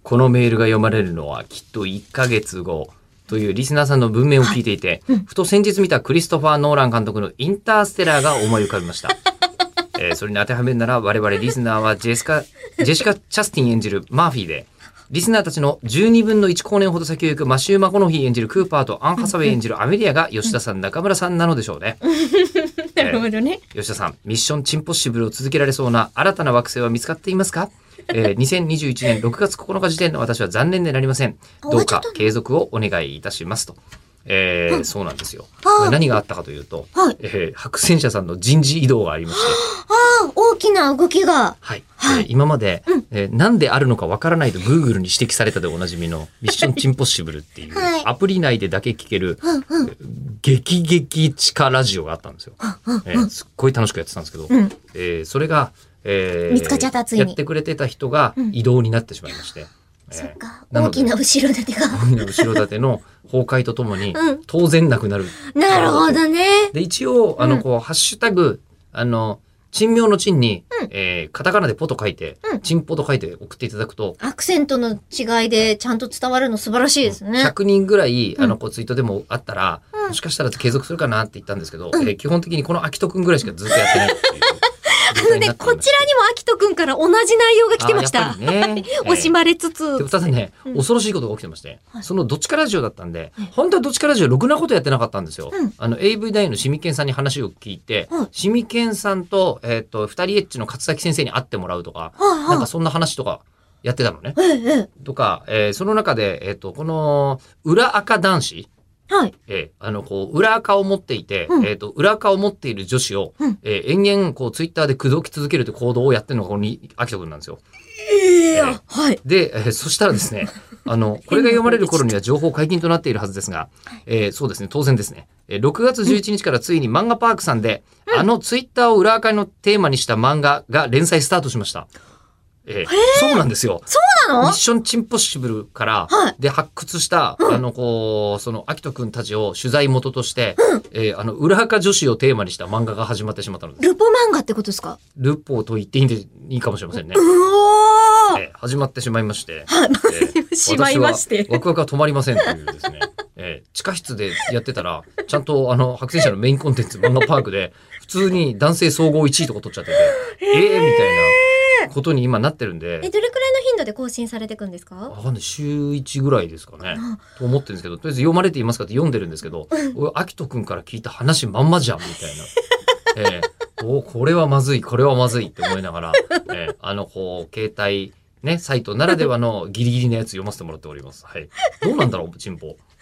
このメールが読まれるのはきっと1ヶ月後というリスナーさんの文面を聞いていて、ふと先日見たクリストファー・ノーラン監督のインターステラーが思い浮かびました。それに当てはめるなら我々リスナーはジェシカ・チャスティン演じるマーフィーで、リスナーたちの12分の1光年ほど先を行くマシュー・マコノヒー演じるクーパーとアン・ハサウェイ演じるアメリアが吉田さん、中村さんなのでしょうね。 なるほどね。 吉田さん、ミッションチンポッシブルを続けられそうな新たな惑星は見つかっていますか？2021年6月9日時点の私は残念でなりません。どうか継続をお願いいたしますと。そうなんですよ。何があったかというと、白戦車さんの人事異動がありまして、 大きな動きが。 はい。今まで、何であるのかわからないと Google に指摘されたでおなじみのミッションチンポッシブルっていう、アプリ内でだけ聞ける、激激地下ラジオがあったんですよ。すっごい楽しくやってたんですけど、それが、 見つかっちゃった、ついに。 やってくれてた人が異動になってしまいまして。 そっか。大きな後ろ盾が。 大きな後ろ盾の崩壊とともに、当然なくなる。 なるほどね。 で、一応、ハッシュタグ、珍妙の珍に、カタカナでポと書いて、チンポと書いて送っていただくと、 アクセントの違いでちゃんと伝わるの素晴らしいですね。 100人ぐらい、ツイートでもあったら、もしかしたら継続するかなって言ったんですけど、基本的にこの秋人くんぐらいしかずっとやってないっていう。 こちらにもアキトくんから同じ内容が来てました。惜しまれつつ。 で、ただね、恐ろしいことが起きてまして、そのどっちかラジオだったんで、本当はどっちかラジオろくなことやってなかったんですよ。AV 大のシミケンさんに話を聞いて、シミケンさんと、二人エッチの勝崎先生に会ってもらうとか、なんかそんな話とかやってたのね。とか、その中で、この、裏垢男子、 はい。 裏垢を持っていて、裏垢を持っている女子を、延々、ツイッターで口説き続けるという行動をやってるのが、この秋人くんなんですよ。 はい。 で、そしたらですね、これが読まれる頃には情報解禁となっているはずですが、そうですね、当然ですね。6月11日からついに漫画パークさんで、ツイッターを裏垢のテーマにした漫画が連載スタートしました。そうなんですよ。 そうなの？ ミッションチンポッシブルから、で発掘した、その、秋人くんたちを取材元として、裏垢女子をテーマにした漫画が始まってしまったのです。 ルポ漫画ってことですか？ ルポと言っていいかもしれませんね。始まってしまいまして。 しまいまして。 ワクワクが止まりませんというですね。地下室でやってたら、ちゃんと白戦車のメインコンテンツ漫画パークで、普通に男性総合1位とか取っちゃってて、みたいなことに今なってるんで。 どれくらいの頻度で更新されていくんですか？ わかんない。週1ぐらいですかね。と思ってるんですけど、とりあえず読まれていますかって読んでるんですけど、俺、秋人くんから聞いた話まんまじゃん、みたいな。これはまずい、これはまずいって思いながら、携帯、ね、サイトならではのギリギリのやつ読ませてもらっております。はい。どうなんだろう、チンポ。